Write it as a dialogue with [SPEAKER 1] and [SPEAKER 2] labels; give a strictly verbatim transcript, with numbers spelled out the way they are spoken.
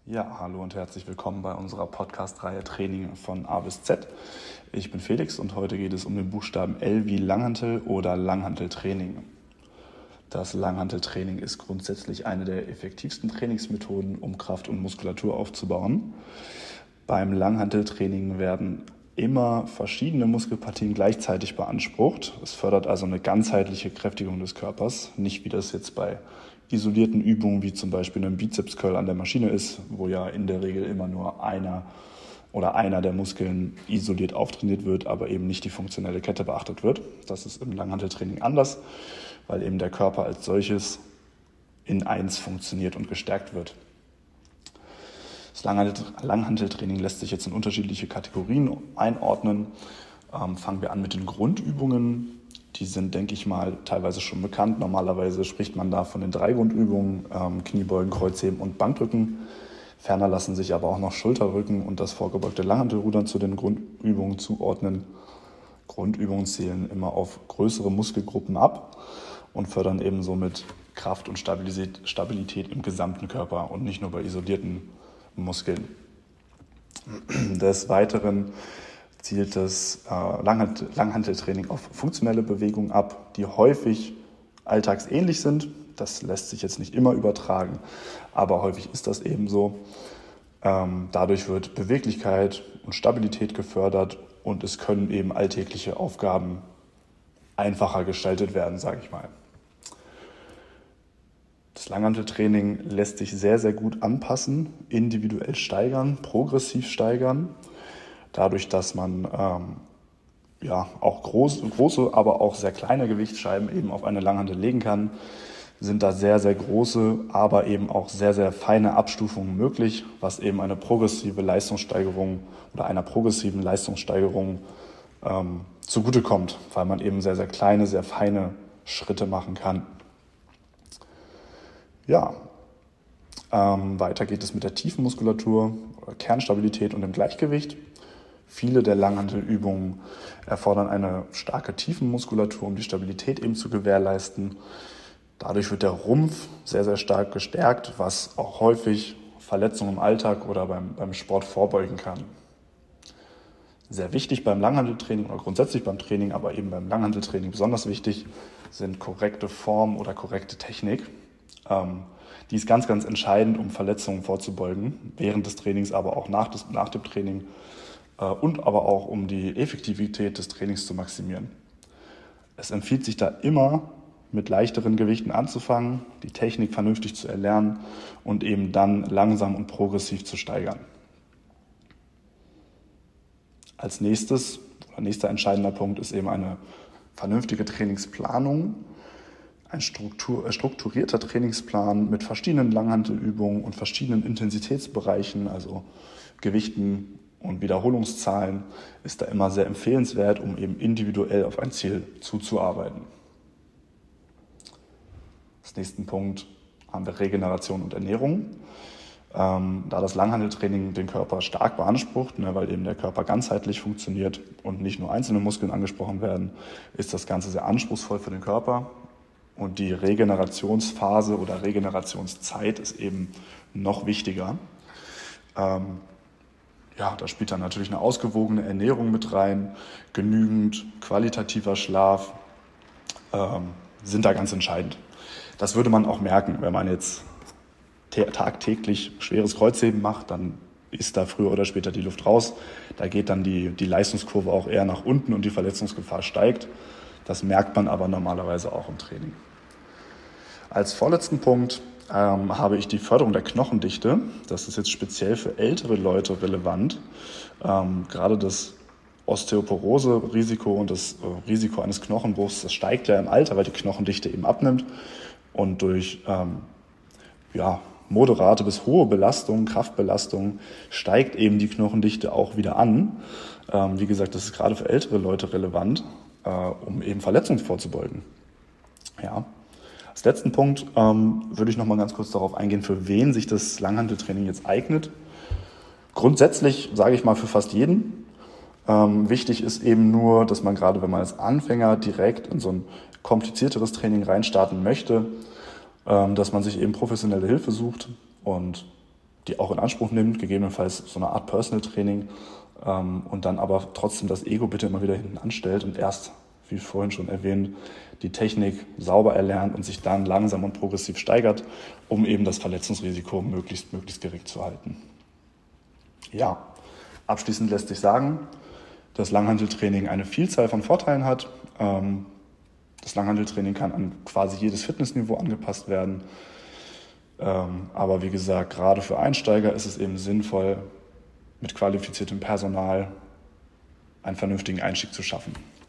[SPEAKER 1] Ja, hallo und herzlich willkommen bei unserer Podcast-Reihe Training von A bis Z. Ich bin Felix und heute geht es um den Buchstaben L wie Langhantel oder Langhanteltraining. Das Langhanteltraining ist grundsätzlich eine der effektivsten Trainingsmethoden, um Kraft und Muskulatur aufzubauen. Beim Langhanteltraining werden immer verschiedene Muskelpartien gleichzeitig beansprucht. Es fördert also eine ganzheitliche Kräftigung des Körpers, nicht wie das jetzt bei isolierten Übungen wie zum Beispiel einem Bizeps-Curl an der Maschine ist, wo ja in der Regel immer nur einer oder einer der Muskeln isoliert auftrainiert wird, aber eben nicht die funktionelle Kette beachtet wird. Das ist im Langhanteltraining anders, weil eben der Körper als solches in eins funktioniert und gestärkt wird. Das Langhanteltraining lässt sich jetzt in unterschiedliche Kategorien einordnen. Ähm, fangen wir an mit den Grundübungen. Die sind, denke ich mal, teilweise schon bekannt. Normalerweise spricht man da von den drei Grundübungen, ähm, Kniebeugen, Kreuzheben und Bankdrücken. Ferner lassen sich aber auch noch Schulterrücken und das vorgebeugte Langhantelrudern zu den Grundübungen zuordnen. Grundübungen zählen immer auf größere Muskelgruppen ab und fördern eben somit Kraft und Stabilität, Stabilität im gesamten Körper und nicht nur bei isolierten Muskeln. Des Weiteren zielt das äh, Langhanteltraining auf funktionelle Bewegungen ab, die häufig alltagsähnlich sind. Das lässt sich jetzt nicht immer übertragen, aber häufig ist das eben so. Ähm, dadurch wird Beweglichkeit und Stabilität gefördert und es können eben alltägliche Aufgaben einfacher gestaltet werden, sage ich mal. Das Langhanteltraining lässt sich sehr, sehr gut anpassen, individuell steigern, progressiv steigern. Dadurch, dass man ähm, ja, auch groß, große, aber auch sehr kleine Gewichtsscheiben eben auf eine Langhantel legen kann, sind da sehr, sehr große, aber eben auch sehr, sehr feine Abstufungen möglich, was eben eine progressive Leistungssteigerung oder einer progressiven Leistungssteigerung ähm, zugutekommt, weil man eben sehr, sehr kleine, sehr feine Schritte machen kann. Ja, ähm, weiter geht es mit der Tiefenmuskulatur, Kernstabilität und dem Gleichgewicht. Viele der Langhantelübungen erfordern eine starke Tiefenmuskulatur, um die Stabilität eben zu gewährleisten. Dadurch wird der Rumpf sehr, sehr stark gestärkt, was auch häufig Verletzungen im Alltag oder beim, beim Sport vorbeugen kann. Sehr wichtig beim Langhanteltraining oder grundsätzlich beim Training, aber eben beim Langhanteltraining besonders wichtig, sind korrekte Form oder korrekte Technik. Ähm, die ist ganz, ganz entscheidend, um Verletzungen vorzubeugen, während des Trainings, aber auch nach, des, nach dem Training. Und aber auch, um die Effektivität des Trainings zu maximieren. Es empfiehlt sich da immer, mit leichteren Gewichten anzufangen, die Technik vernünftig zu erlernen und eben dann langsam und progressiv zu steigern. Als nächstes, oder nächster entscheidender Punkt ist eben eine vernünftige Trainingsplanung. Ein Struktur, strukturierter Trainingsplan mit verschiedenen Langhantelübungen und verschiedenen Intensitätsbereichen, also Gewichten und Wiederholungszahlen, ist da immer sehr empfehlenswert, um eben individuell auf ein Ziel zuzuarbeiten. Als nächsten Punkt haben wir Regeneration und Ernährung. Ähm, da das Langhanteltraining den Körper stark beansprucht, ne, weil eben der Körper ganzheitlich funktioniert und nicht nur einzelne Muskeln angesprochen werden, ist das Ganze sehr anspruchsvoll für den Körper. Und die Regenerationsphase oder Regenerationszeit ist eben noch wichtiger. Ähm, Ja, da spielt dann natürlich eine ausgewogene Ernährung mit rein, genügend qualitativer Schlaf ähm, sind da ganz entscheidend. Das würde man auch merken, wenn man jetzt tagtäglich schweres Kreuzheben macht, dann ist da früher oder später die Luft raus. Da geht dann die, die Leistungskurve auch eher nach unten und die Verletzungsgefahr steigt. Das merkt man aber normalerweise auch im Training. Als vorletzten Punkt Ähm, habe ich die Förderung der Knochendichte. Das ist jetzt speziell für ältere Leute relevant. Ähm, gerade das Osteoporose-Risiko und das äh, Risiko eines Knochenbruchs, das steigt ja im Alter, weil die Knochendichte eben abnimmt. Und durch ähm, ja, moderate bis hohe Belastung, Kraftbelastung, steigt eben die Knochendichte auch wieder an. Ähm, wie gesagt, das ist gerade für ältere Leute relevant, äh, um eben Verletzungen vorzubeugen. Ja. Als letzten Punkt ähm, würde ich noch mal ganz kurz darauf eingehen, für wen sich das Langhanteltraining jetzt eignet. Grundsätzlich sage ich mal für fast jeden. Ähm, wichtig ist eben nur, dass man gerade, wenn man als Anfänger direkt in so ein komplizierteres Training reinstarten möchte, ähm, dass man sich eben professionelle Hilfe sucht und die auch in Anspruch nimmt, gegebenenfalls so eine Art Personal Training, ähm, und dann aber trotzdem das Ego bitte immer wieder hinten anstellt und erst, wie vorhin schon erwähnt, die Technik sauber erlernt und sich dann langsam und progressiv steigert, um eben das Verletzungsrisiko möglichst, möglichst gering zu halten. Ja, abschließend lässt sich sagen, dass Langhanteltraining eine Vielzahl von Vorteilen hat. Das Langhanteltraining kann an quasi jedes Fitnessniveau angepasst werden. Aber wie gesagt, gerade für Einsteiger ist es eben sinnvoll, mit qualifiziertem Personal einen vernünftigen Einstieg zu schaffen.